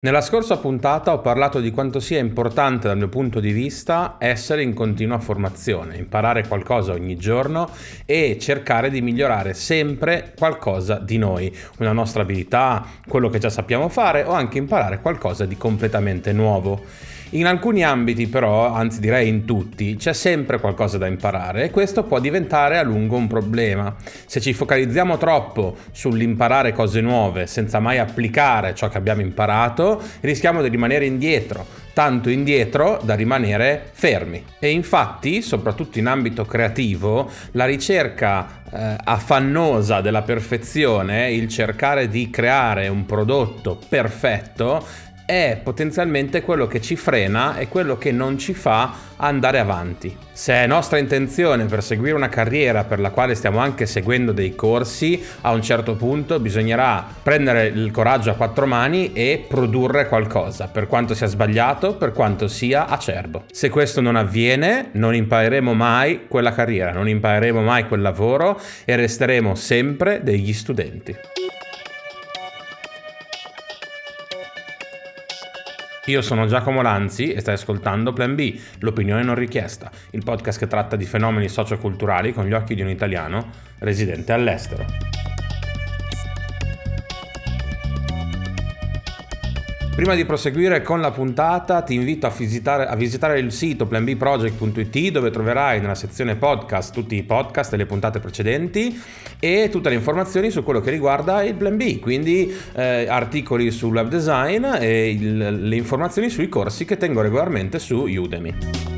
Nella scorsa puntata ho parlato di quanto sia importante dal mio punto di vista essere in continua formazione, imparare qualcosa ogni giorno e cercare di migliorare sempre qualcosa di noi, una nostra abilità, quello che già sappiamo fare o anche imparare qualcosa di completamente nuovo. In alcuni ambiti però, anzi direi in tutti, c'è sempre qualcosa da imparare e questo può diventare a lungo un problema. Se ci focalizziamo troppo sull'imparare cose nuove senza mai applicare ciò che abbiamo imparato, rischiamo di rimanere indietro, tanto indietro da rimanere fermi. E infatti, soprattutto in ambito creativo, la ricerca affannosa della perfezione, il cercare di creare un prodotto perfetto, è potenzialmente quello che ci frena e quello che non ci fa andare avanti. Se è nostra intenzione perseguire una carriera per la quale stiamo anche seguendo dei corsi, a un certo punto bisognerà prendere il coraggio a quattro mani e produrre qualcosa, per quanto sia sbagliato, per quanto sia acerbo. Se questo non avviene, non impareremo mai quella carriera, non impareremo mai quel lavoro e resteremo sempre degli studenti. Io sono Giacomo Lanzi e stai ascoltando Plan B, l'opinione non richiesta, il podcast che tratta di fenomeni socioculturali con gli occhi di un italiano residente all'estero. Prima di proseguire con la puntata ti invito a visitare il sito planbproject.it, dove troverai nella sezione podcast tutti i podcast e le puntate precedenti e tutte le informazioni su quello che riguarda il Plan B, quindi articoli sul web design e le informazioni sui corsi che tengo regolarmente su Udemy.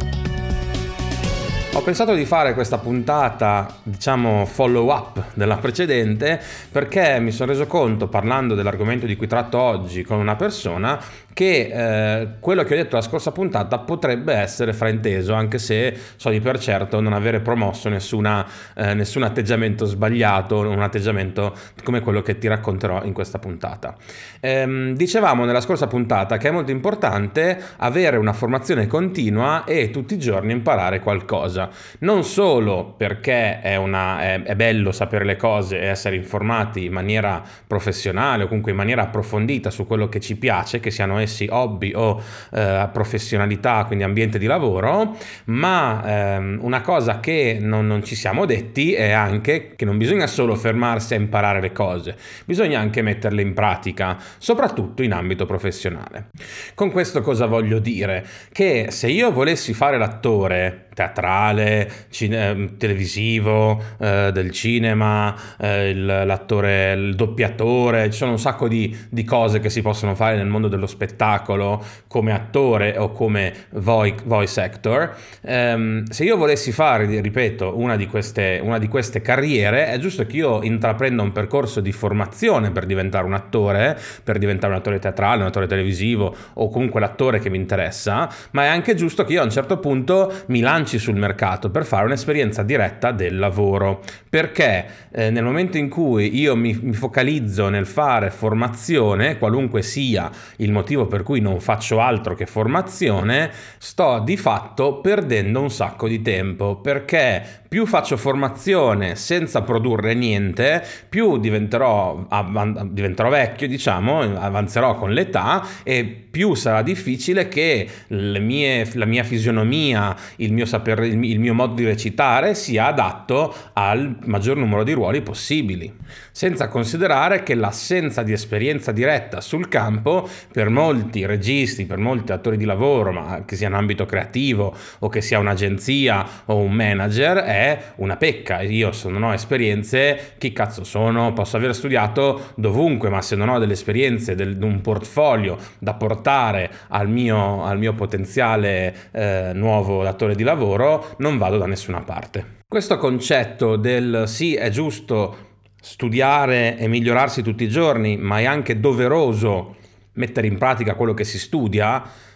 Ho pensato di fare questa puntata, follow up della precedente, perché mi sono reso conto, parlando dell'argomento di cui tratto oggi con una persona, che quello che ho detto la scorsa puntata potrebbe essere frainteso, anche se so di per certo non avere promosso nessun atteggiamento sbagliato, un atteggiamento come quello che ti racconterò in questa puntata. Dicevamo nella scorsa puntata che è molto importante avere una formazione continua e tutti i giorni imparare qualcosa. Non solo perché è bello sapere le cose e essere informati in maniera professionale o comunque in maniera approfondita su quello che ci piace, che siano essi hobby o professionalità, quindi ambiente di lavoro, ma una cosa che non ci siamo detti è anche che non bisogna solo fermarsi a imparare le cose, bisogna anche metterle in pratica, soprattutto in ambito professionale. Con questo cosa voglio dire? Che se io volessi fare l'attore teatrale, televisivo, del cinema, l'attore, il doppiatore, ci sono un sacco di cose che si possono fare nel mondo dello spettacolo come attore o come voice actor. Se io volessi fare, ripeto, una di queste carriere, è giusto che io intraprenda un percorso di formazione per diventare un attore teatrale, un attore televisivo o comunque l'attore che mi interessa, ma è anche giusto che io a un certo punto mi lanci sul mercato per fare un'esperienza diretta del lavoro, perché nel momento in cui io mi focalizzo nel fare formazione, qualunque sia il motivo per cui non faccio altro che formazione, sto di fatto perdendo un sacco di tempo, perché più faccio formazione senza produrre niente, più diventerò vecchio, avanzerò con l'età e più sarà difficile che la mia fisionomia, il mio modo di recitare sia adatto al maggior numero di ruoli possibili. Senza considerare che l'assenza di esperienza diretta sul campo per molti registi, per molti attori di lavoro, ma che sia in ambito creativo o che sia un'agenzia o un manager, è una pecca. Io se non ho esperienze, chi cazzo sono? Posso aver studiato dovunque, ma se non ho delle esperienze, un portfolio da portare al mio potenziale nuovo datore di lavoro, non vado da nessuna parte. Questo concetto del sì, è giusto studiare e migliorarsi tutti i giorni, ma è anche doveroso mettere in pratica quello che si studia,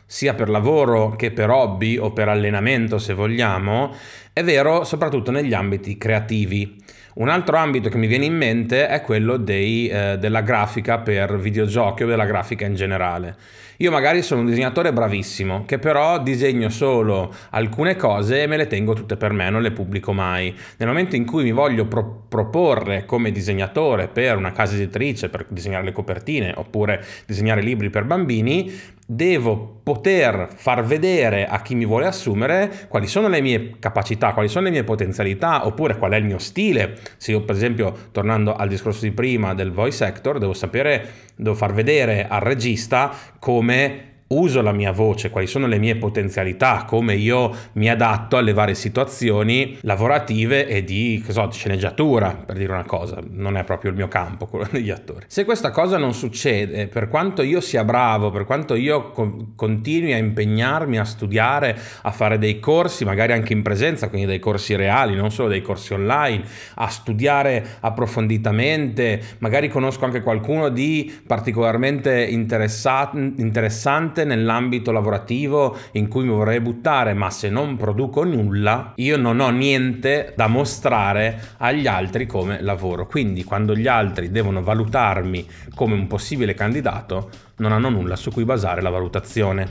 sia per lavoro che per hobby o per allenamento, se vogliamo, è vero soprattutto negli ambiti creativi. Un altro ambito che mi viene in mente è quello della grafica per videogiochi o della grafica in generale. Io magari sono un disegnatore bravissimo, che però disegno solo alcune cose e me le tengo tutte per me, non le pubblico mai. Nel momento in cui mi voglio proporre come disegnatore per una casa editrice, per disegnare le copertine oppure disegnare libri per bambini, devo poter far vedere a chi mi vuole assumere quali sono le mie capacità, quali sono le mie potenzialità, oppure qual è il mio stile. Se io, per esempio, tornando al discorso di prima del voice actor, devo far vedere al regista come uso la mia voce, quali sono le mie potenzialità, come io mi adatto alle varie situazioni lavorative e di sceneggiatura, per dire una cosa. Non è proprio il mio campo quello degli attori. Se questa cosa non succede, per quanto io sia bravo, per quanto io continui a impegnarmi a studiare, a fare dei corsi, magari anche in presenza, quindi dei corsi reali, non solo dei corsi online, a studiare approfonditamente, magari conosco anche qualcuno di particolarmente interessante nell'ambito lavorativo in cui mi vorrei buttare, ma se non produco nulla, io non ho niente da mostrare agli altri come lavoro. Quindi quando gli altri devono valutarmi come un possibile candidato, non hanno nulla su cui basare la valutazione.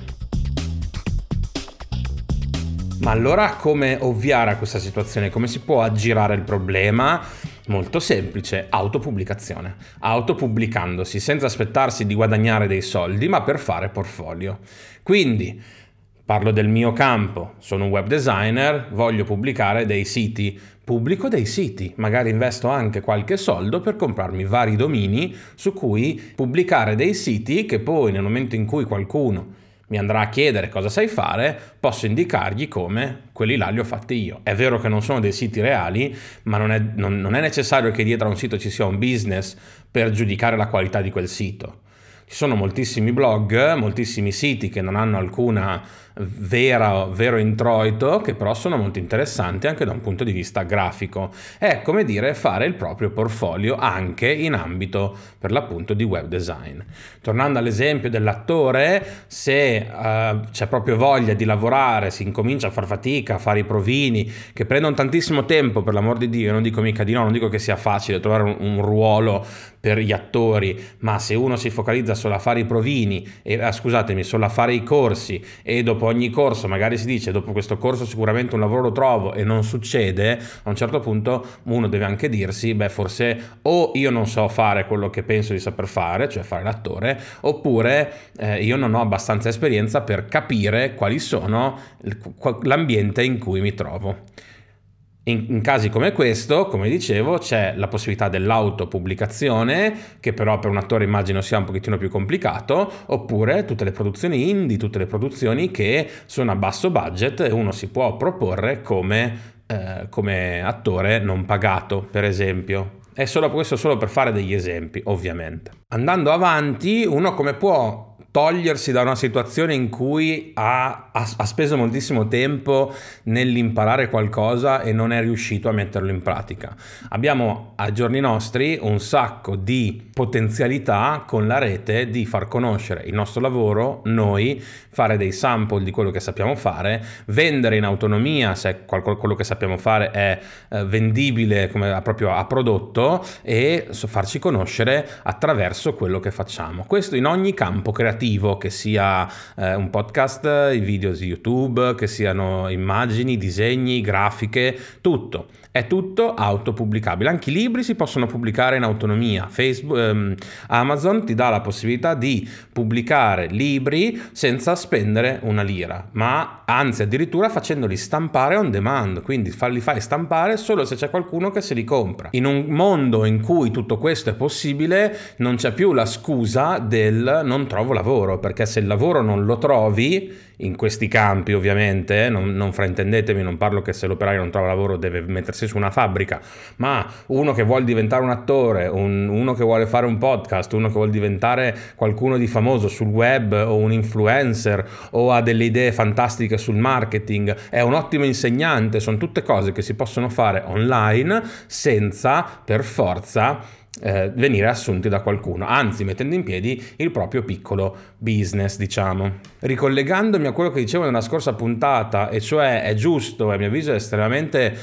Ma allora come ovviare a questa situazione? Come si può aggirare il problema? Molto semplice, autopubblicazione. Autopubblicandosi senza aspettarsi di guadagnare dei soldi, ma per fare portfolio. Quindi, parlo del mio campo, sono un web designer, voglio pubblicare dei siti. Pubblico dei siti, magari investo anche qualche soldo per comprarmi vari domini su cui pubblicare dei siti che poi nel momento in cui qualcuno mi andrà a chiedere cosa sai fare, posso indicargli come quelli là li ho fatti io. È vero che non sono dei siti reali, ma non è necessario che dietro a un sito ci sia un business per giudicare la qualità di quel sito. Ci sono moltissimi blog, moltissimi siti che non hanno alcuna vero introito, che però sono molto interessanti anche da un punto di vista grafico. È come dire fare il proprio portfolio anche in ambito per l'appunto di web design. Tornando all'esempio dell'attore, se c'è proprio voglia di lavorare, si incomincia a far fatica, a fare i provini che prendono tantissimo tempo, per l'amor di Dio, non dico mica di no, non dico che sia facile trovare un ruolo per gli attori, ma se uno si focalizza solo a fare i provini solo a fare i corsi e dopo ogni corso magari si dice dopo questo corso sicuramente un lavoro lo trovo e non succede, a un certo punto uno deve anche dirsi forse o io non so fare quello che penso di saper fare, cioè fare l'attore, oppure io non ho abbastanza esperienza per capire quali sono l'ambiente in cui mi trovo. In casi come questo, come dicevo, c'è la possibilità dell'autopubblicazione, che però per un attore immagino sia un pochettino più complicato, oppure tutte le produzioni indie, tutte le produzioni che sono a basso budget e uno si può proporre come attore non pagato, per esempio. È solo questo, solo per fare degli esempi, ovviamente. Andando avanti, uno come può togliersi da una situazione in cui ha speso moltissimo tempo nell'imparare qualcosa e non è riuscito a metterlo in pratica. Abbiamo ai giorni nostri un sacco di potenzialità con la rete di far conoscere il nostro lavoro, noi, fare dei sample di quello che sappiamo fare, vendere in autonomia se quello che sappiamo fare è vendibile proprio a prodotto e farci conoscere attraverso quello che facciamo. Questo in ogni campo creativo, che sia un podcast, i video di YouTube, che siano immagini, disegni, grafiche, tutto. È tutto autopubblicabile. Anche i libri si possono pubblicare in autonomia. Amazon ti dà la possibilità di pubblicare libri senza spendere una lira, ma anzi addirittura facendoli stampare on demand, quindi li fai stampare solo se c'è qualcuno che se li compra. In un mondo in cui tutto questo è possibile, non c'è più la scusa del non trovo lavoro, perché se il lavoro non lo trovi in questi campi, ovviamente, non fraintendetemi, non parlo che se l'operaio non trova lavoro deve mettersi su una fabbrica, ma uno che vuole diventare un attore, uno che vuole fare un podcast, uno che vuole diventare qualcuno di famoso sul web o un influencer o ha delle idee fantastiche sul marketing, è un ottimo insegnante, sono tutte cose che si possono fare online senza per forza venire assunti da qualcuno, anzi mettendo in piedi il proprio piccolo business, diciamo. Ricollegandomi a quello che dicevo nella scorsa puntata, e cioè è giusto e a mio avviso è estremamente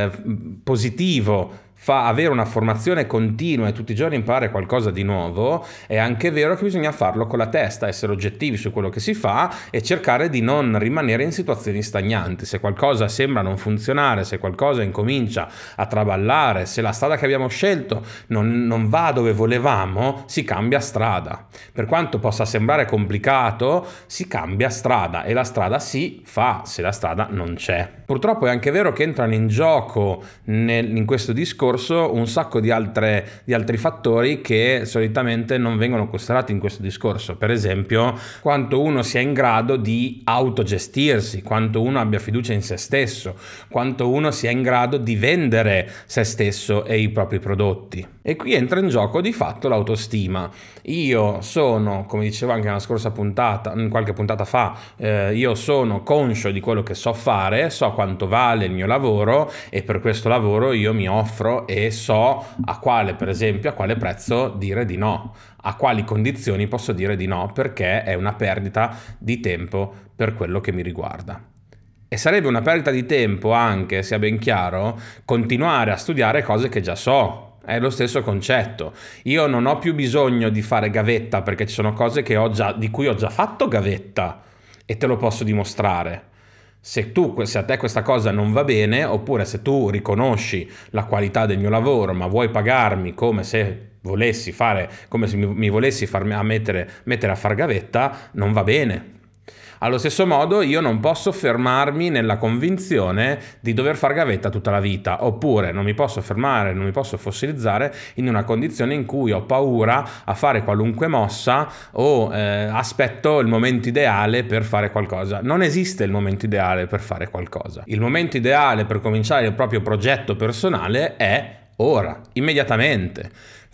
positivo avere una formazione continua e tutti i giorni imparare qualcosa di nuovo, è anche vero che bisogna farlo con la testa, essere oggettivi su quello che si fa e cercare di non rimanere in situazioni stagnanti. Se qualcosa sembra non funzionare, se qualcosa incomincia a traballare, se la strada che abbiamo scelto non va dove volevamo, si cambia strada. Per quanto possa sembrare complicato, si cambia strada e la strada si fa se la strada non c'è. Purtroppo è anche vero che entrano in gioco in questo discorso un sacco di altri fattori che solitamente non vengono considerati in questo discorso. Per esempio, quanto uno sia in grado di autogestirsi, quanto uno abbia fiducia in se stesso, quanto uno sia in grado di vendere se stesso e i propri prodotti. E qui entra in gioco di fatto l'autostima. Io sono, come dicevo anche nella scorsa puntata, qualche puntata fa, io sono conscio di quello che so fare, so quanto vale il mio lavoro e per questo lavoro io mi offro e so a quale prezzo dire di no, a quali condizioni posso dire di no, perché è una perdita di tempo per quello che mi riguarda. E sarebbe una perdita di tempo anche, sia ben chiaro, continuare a studiare cose che già so. È lo stesso concetto. Io non ho più bisogno di fare gavetta perché ci sono cose di cui ho già fatto gavetta e te lo posso dimostrare. Se a te questa cosa non va bene, oppure se tu riconosci la qualità del mio lavoro ma vuoi pagarmi come se mi volessi mettere a far gavetta, non va bene. Allo stesso modo io non posso fermarmi nella convinzione di dover far gavetta tutta la vita, oppure non mi posso fermare, non mi posso fossilizzare in una condizione in cui ho paura a fare qualunque mossa o aspetto il momento ideale per fare qualcosa. Non esiste il momento ideale per fare qualcosa. Il momento ideale per cominciare il proprio progetto personale è ora, immediatamente.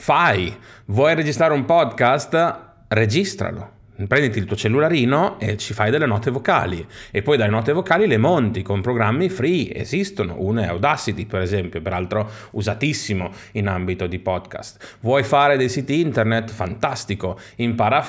Vuoi registrare un podcast? Registralo. Prenditi il tuo cellularino e ci fai delle note vocali e poi dalle note vocali le monti con programmi free, esistono, uno è Audacity per esempio, peraltro usatissimo in ambito di podcast. Vuoi fare dei siti internet? Fantastico, impara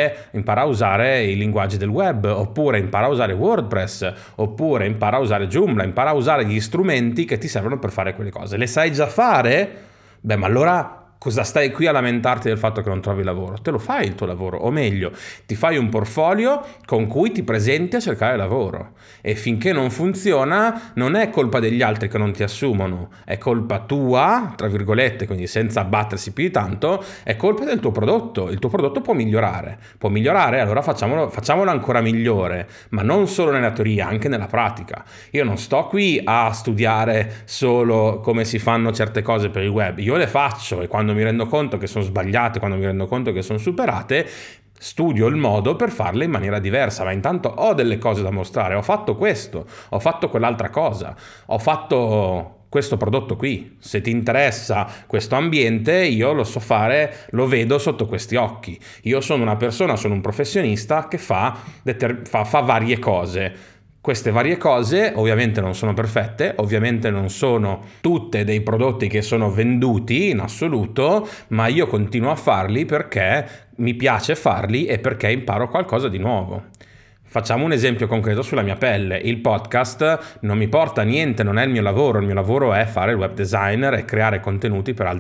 a usare i linguaggi del web, oppure impara a usare WordPress, oppure impara a usare Joomla, impara a usare gli strumenti che ti servono per fare quelle cose. Le sai già fare? Beh, ma allora cosa stai qui a lamentarti del fatto che non trovi lavoro? Te lo fai il tuo lavoro, o meglio, ti fai un portfolio con cui ti presenti a cercare lavoro. E finché non funziona, non è colpa degli altri che non ti assumono, è colpa tua, tra virgolette, quindi senza abbattersi più di tanto, è colpa del tuo prodotto. Il tuo prodotto può migliorare, allora facciamolo ancora migliore, ma non solo nella teoria, anche nella pratica. Io non sto qui a studiare solo come si fanno certe cose per il web, io le faccio e quando mi rendo conto che sono sbagliate, quando mi rendo conto che sono superate, studio il modo per farle in maniera diversa, ma intanto ho delle cose da mostrare, ho fatto questo, ho fatto quell'altra cosa, ho fatto questo prodotto qui. Se ti interessa questo ambiente, io lo so fare, lo vedo sotto questi occhi. Io sono un professionista che fa varie cose. Queste varie cose ovviamente non sono perfette, ovviamente non sono tutte dei prodotti che sono venduti in assoluto, ma io continuo a farli perché mi piace farli e perché imparo qualcosa di nuovo. Facciamo un esempio concreto sulla mia pelle. Il podcast non mi porta a niente, non è il mio lavoro è fare il web designer e creare contenuti per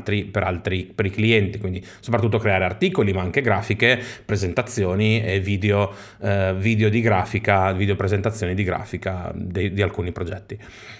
i clienti, quindi soprattutto creare articoli, ma anche grafiche, presentazioni e video di grafica, video presentazioni di grafica di alcuni progetti.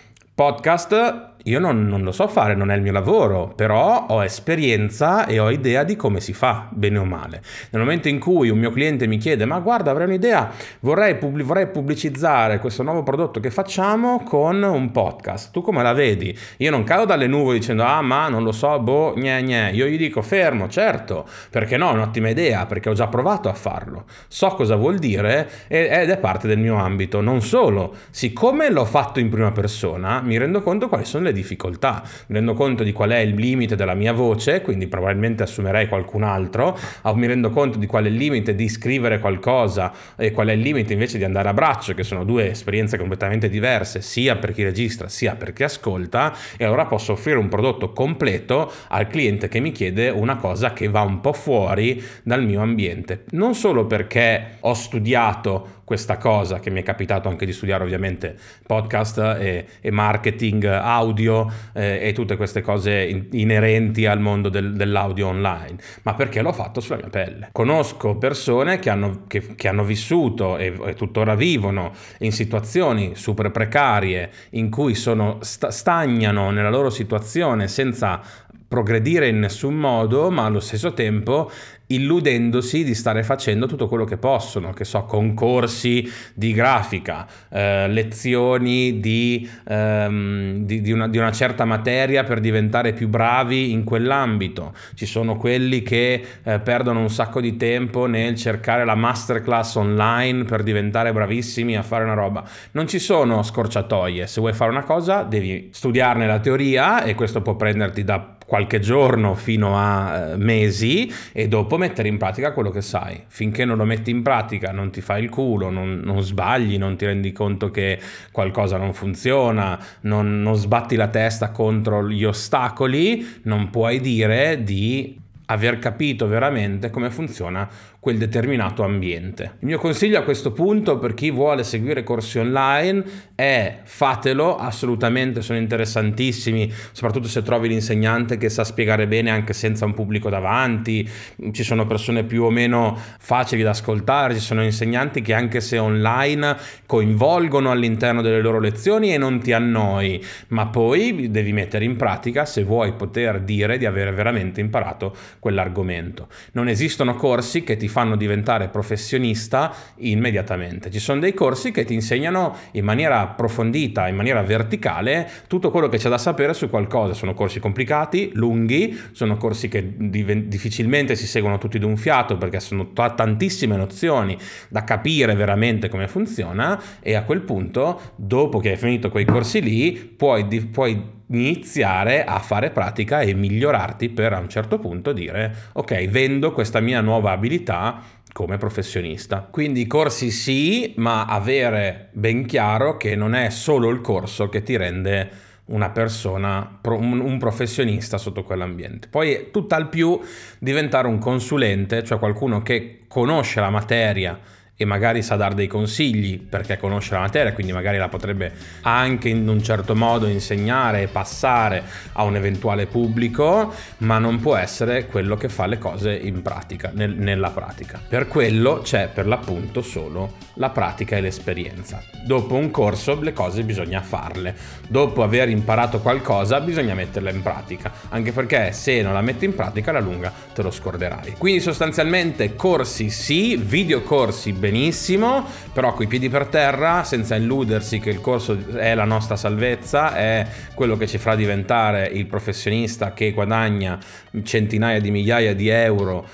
Podcast io non lo so fare, non è il mio lavoro, però ho esperienza e ho idea di come si fa, bene o male. Nel momento in cui un mio cliente mi chiede ma guarda avrei un'idea, vorrei pubblicizzare questo nuovo prodotto che facciamo con un podcast, tu come la vedi? Io non cado dalle nuvole dicendo ma non lo so, io gli dico fermo, certo, perché no, è un'ottima idea, perché ho già provato a farlo, so cosa vuol dire ed è parte del mio ambito. Non solo, siccome l'ho fatto in prima persona mi rendo conto quali sono le difficoltà, mi rendo conto di qual è il limite della mia voce, quindi probabilmente assumerei qualcun altro, mi rendo conto di qual è il limite di scrivere qualcosa e qual è il limite invece di andare a braccio, che sono due esperienze completamente diverse, sia per chi registra sia per chi ascolta, e allora posso offrire un prodotto completo al cliente che mi chiede una cosa che va un po' fuori dal mio ambiente. Non solo perché ho studiato questa cosa, che mi è capitato anche di studiare ovviamente podcast e marketing audio e tutte queste cose inerenti al mondo dell'audio online, ma perché l'ho fatto sulla mia pelle. Conosco persone che hanno vissuto e tuttora vivono in situazioni super precarie in cui stagnano nella loro situazione senza progredire in nessun modo, ma allo stesso tempo illudendosi di stare facendo tutto quello che possono, che so, concorsi di grafica, lezioni di una certa materia per diventare più bravi in quell'ambito. Ci sono quelli che perdono un sacco di tempo nel cercare la masterclass online per diventare bravissimi a fare una roba. Non ci sono scorciatoie. Se vuoi fare una cosa devi studiarne la teoria, e questo può prenderti da qualche giorno fino a mesi, e dopo mettere in pratica quello che sai. Finché non lo metti in pratica non ti fai il culo, non sbagli, non ti rendi conto che qualcosa non funziona, non sbatti la testa contro gli ostacoli, non puoi dire di aver capito veramente come funziona quel determinato ambiente. Il mio consiglio a questo punto per chi vuole seguire corsi online è: fatelo, assolutamente, sono interessantissimi, soprattutto se trovi l'insegnante che sa spiegare bene anche senza un pubblico davanti. Ci sono persone più o meno facili da ascoltare, ci sono insegnanti che anche se online coinvolgono all'interno delle loro lezioni e non ti annoi, ma poi devi mettere in pratica se vuoi poter dire di avere veramente imparato quell'argomento. Non esistono corsi che ti fanno diventare professionista immediatamente. Ci sono dei corsi che ti insegnano in maniera approfondita, in maniera verticale, tutto quello che c'è da sapere su qualcosa. Sono corsi complicati, lunghi, sono corsi che difficilmente si seguono tutti d'un fiato, perché sono tantissime nozioni da capire veramente come funziona, e a quel punto, dopo che hai finito quei corsi lì, puoi iniziare a fare pratica e migliorarti per a un certo punto dire: ok, vendo questa mia nuova abilità come professionista. Quindi corsi sì, ma avere ben chiaro che non è solo il corso che ti rende una persona, un professionista sotto quell'ambiente. Poi tutt'al più diventare un consulente, cioè qualcuno che conosce la materia e magari sa dare dei consigli perché conosce la materia, quindi magari la potrebbe anche in un certo modo insegnare e passare a un eventuale pubblico, ma non può essere quello che fa le cose in pratica, nella pratica. Per quello c'è per l'appunto solo la pratica e l'esperienza. Dopo un corso le cose bisogna farle, dopo aver imparato qualcosa bisogna metterla in pratica, anche perché se non la metti in pratica alla lunga te lo scorderai. Quindi sostanzialmente corsi sì, videocorsi benissimo, però coi piedi per terra, senza illudersi che il corso è la nostra salvezza, è quello che ci farà diventare il professionista che guadagna centinaia di migliaia di euro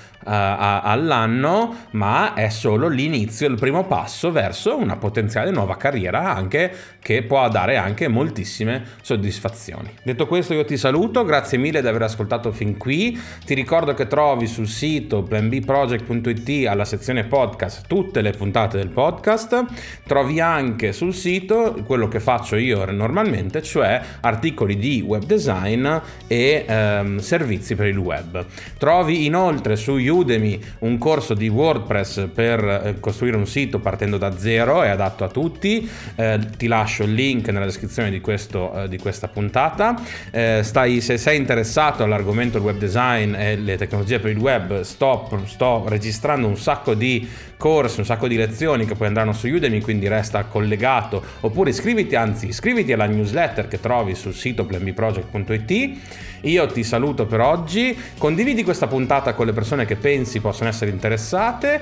all'anno, ma è solo l'inizio, il primo passo verso una potenziale nuova carriera, anche che può dare anche moltissime soddisfazioni. Detto questo, io ti saluto, grazie mille di aver ascoltato fin qui. Ti ricordo che trovi sul sito planbproject.it alla sezione podcast tutte le puntate del podcast. Trovi anche sul sito quello che faccio io normalmente, cioè articoli di web design e servizi per il web. Trovi inoltre su Udemy un corso di WordPress per costruire un sito partendo da zero, è adatto a tutti. Ti lascio il link nella descrizione di questa puntata. Se sei interessato all'argomento del web design e le tecnologie per il web, sto registrando un sacco di corsi, un sacco di lezioni che poi andranno su Udemy, quindi resta collegato, oppure iscriviti alla newsletter che trovi sul sito planbproject.it. Io ti saluto per oggi, condividi questa puntata con le persone che pensi possono essere interessate,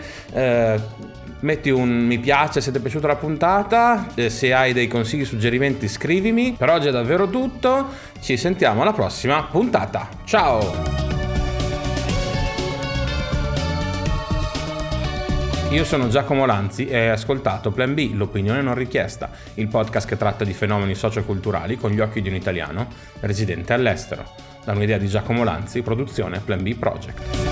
metti un mi piace se ti è piaciuta la puntata, se hai dei consigli, suggerimenti scrivimi. Per oggi è davvero tutto, ci sentiamo alla prossima puntata, ciao! Io sono Giacomo Lanzi e hai ascoltato Plan B, l'opinione non richiesta, il podcast che tratta di fenomeni socioculturali con gli occhi di un italiano residente all'estero. Da un'idea di Giacomo Lanzi, produzione Plan B Project.